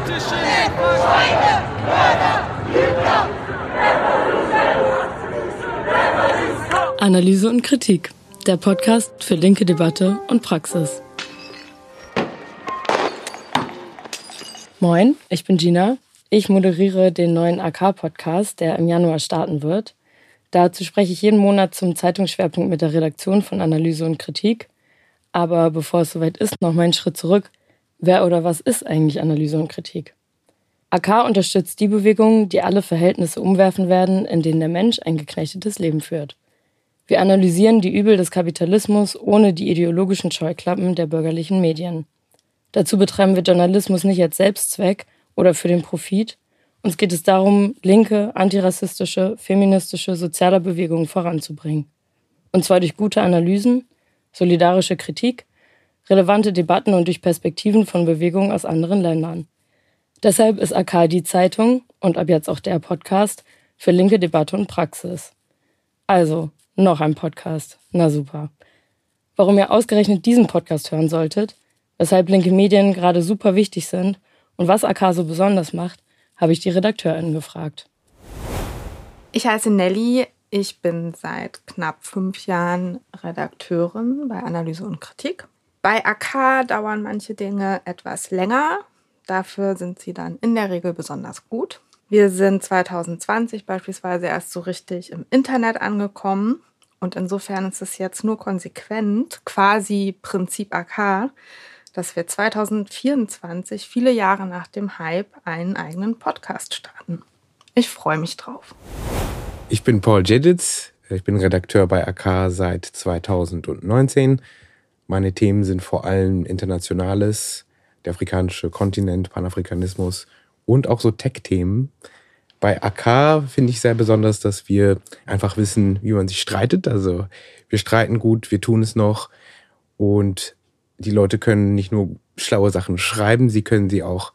Analyse und Kritik, der Podcast für linke Debatte und Praxis. Moin, ich bin Gina. Ich moderiere den neuen AK-Podcast, der im Januar starten wird. Dazu spreche ich jeden Monat zum Zeitungsschwerpunkt mit der Redaktion von Analyse und Kritik. Aber bevor es soweit ist, noch mal einen Schritt zurück. Wer oder was ist eigentlich Analyse und Kritik? AK unterstützt die Bewegungen, die alle Verhältnisse umwerfen werden, in denen der Mensch ein geknechtetes Leben führt. Wir analysieren die Übel des Kapitalismus ohne die ideologischen Scheuklappen der bürgerlichen Medien. Dazu betreiben wir Journalismus nicht als Selbstzweck oder für den Profit. Uns geht es darum, linke, antirassistische, feministische, soziale Bewegungen voranzubringen. Und zwar durch gute Analysen, solidarische Kritik, relevante Debatten und durch Perspektiven von Bewegungen aus anderen Ländern. Deshalb ist AK die Zeitung und ab jetzt auch der Podcast für linke Debatte und Praxis. Also, noch ein Podcast. Na super. Warum ihr ausgerechnet diesen Podcast hören solltet, weshalb linke Medien gerade super wichtig sind und was AK so besonders macht, habe ich die RedakteurInnen gefragt. Ich heiße Nelly. Ich bin seit knapp 5 Jahren Redakteurin bei Analyse und Kritik. Bei AK dauern manche Dinge etwas länger. Dafür sind sie dann in der Regel besonders gut. Wir sind 2020 beispielsweise erst so richtig im Internet angekommen. Und insofern ist es jetzt nur konsequent, quasi Prinzip AK, dass wir 2024, viele Jahre nach dem Hype, einen eigenen Podcast starten. Ich freue mich drauf. Ich bin Paul Jeditz. Ich bin Redakteur bei AK seit 2019. Meine Themen sind vor allem Internationales, der afrikanische Kontinent, Panafrikanismus und auch so Tech-Themen. Bei AK finde ich sehr besonders, dass wir einfach wissen, wie man sich streitet. Also wir streiten gut, wir tun es noch. Und die Leute können nicht nur schlaue Sachen schreiben, sie können sie auch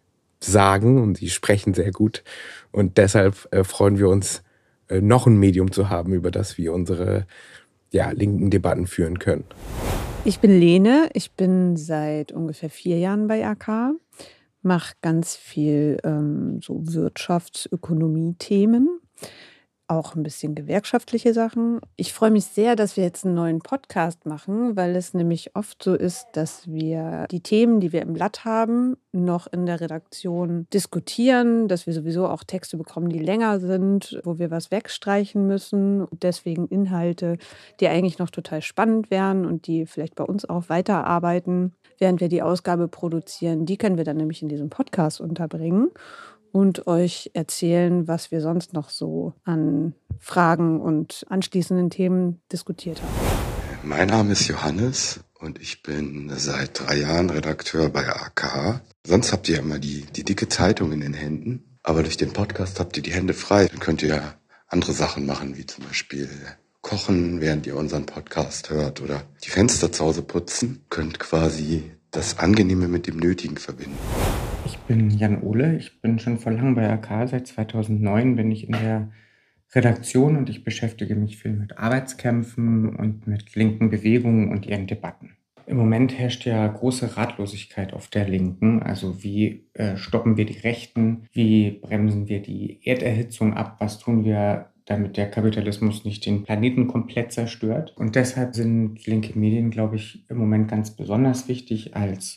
sagen und sie sprechen sehr gut. Und deshalb freuen wir uns, noch ein Medium zu haben, über das wir unsere linken Debatten führen können. Ich bin Lene, ich bin seit ungefähr 4 Jahren bei AK, mache ganz viel so Wirtschafts-Ökonomie-Themen, auch ein bisschen gewerkschaftliche Sachen. Ich freue mich sehr, dass wir jetzt einen neuen Podcast machen, weil es nämlich oft so ist, dass wir die Themen, die wir im Blatt haben, noch in der Redaktion diskutieren, dass wir sowieso auch Texte bekommen, die länger sind, wo wir was wegstreichen müssen. Deswegen Inhalte, die eigentlich noch total spannend wären und die vielleicht bei uns auch weiterarbeiten, während wir die Ausgabe produzieren. Die können wir dann nämlich in diesem Podcast unterbringen und euch erzählen, was wir sonst noch so an Fragen und anschließenden Themen diskutiert haben. Mein Name ist Johannes und ich bin seit 3 Jahren Redakteur bei AK. Sonst habt ihr ja immer die dicke Zeitung in den Händen, aber durch den Podcast habt ihr die Hände frei. Dann könnt ihr andere Sachen machen, wie zum Beispiel kochen, während ihr unseren Podcast hört, oder die Fenster zu Hause putzen. Könnt quasi das Angenehme mit dem Nötigen verbinden. Ich bin Jan Ohle, ich bin schon vor langem bei AK, seit 2009 bin ich in der Redaktion und ich beschäftige mich viel mit Arbeitskämpfen und mit linken Bewegungen und ihren Debatten. Im Moment herrscht ja große Ratlosigkeit auf der Linken, also wie stoppen wir die Rechten, wie bremsen wir die Erderhitzung ab, was tun wir, damit der Kapitalismus nicht den Planeten komplett zerstört. Und deshalb sind linke Medien, glaube ich, im Moment ganz besonders wichtig als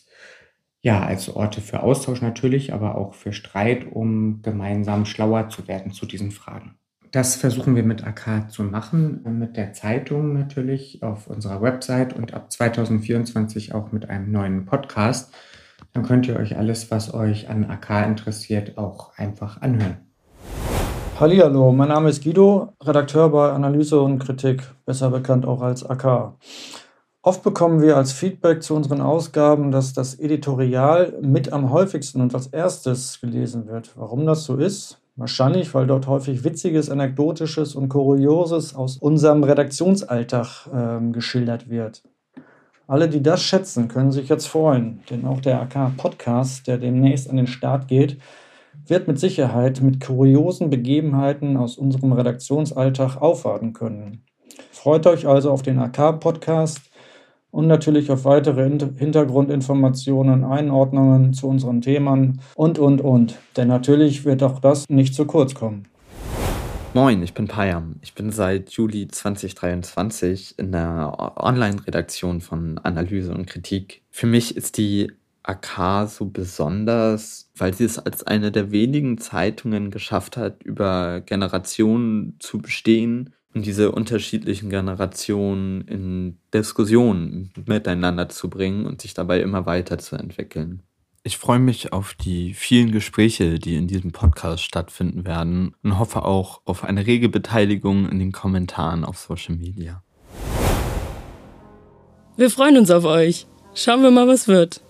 Orte für Austausch natürlich, aber auch für Streit, um gemeinsam schlauer zu werden zu diesen Fragen. Das versuchen wir mit AK zu machen, mit der Zeitung natürlich auf unserer Website und ab 2024 auch mit einem neuen Podcast. Dann könnt ihr euch alles, was euch an AK interessiert, auch einfach anhören. Hallihallo, mein Name ist Guido, Redakteur bei Analyse und Kritik, besser bekannt auch als AK. Oft bekommen wir als Feedback zu unseren Ausgaben, dass das Editorial mit am häufigsten und als erstes gelesen wird. Warum das so ist? Wahrscheinlich, weil dort häufig Witziges, Anekdotisches und Kurioses aus unserem Redaktionsalltag geschildert wird. Alle, die das schätzen, können sich jetzt freuen, denn auch der AK-Podcast, der demnächst an den Start geht, wird mit Sicherheit mit kuriosen Begebenheiten aus unserem Redaktionsalltag aufwarten können. Freut euch also auf den AK-Podcast und natürlich auf weitere Hintergrundinformationen, Einordnungen zu unseren Themen und. Denn natürlich wird auch das nicht zu kurz kommen. Moin, ich bin Payam. Ich bin seit Juli 2023 in der Online-Redaktion von Analyse und Kritik. Für mich ist die AK so besonders, weil sie es als eine der wenigen Zeitungen geschafft hat, über Generationen zu bestehen und diese unterschiedlichen Generationen in Diskussionen miteinander zu bringen und sich dabei immer weiterzuentwickeln. Ich freue mich auf die vielen Gespräche, die in diesem Podcast stattfinden werden und hoffe auch auf eine rege Beteiligung in den Kommentaren auf Social Media. Wir freuen uns auf euch. Schauen wir mal, was wird.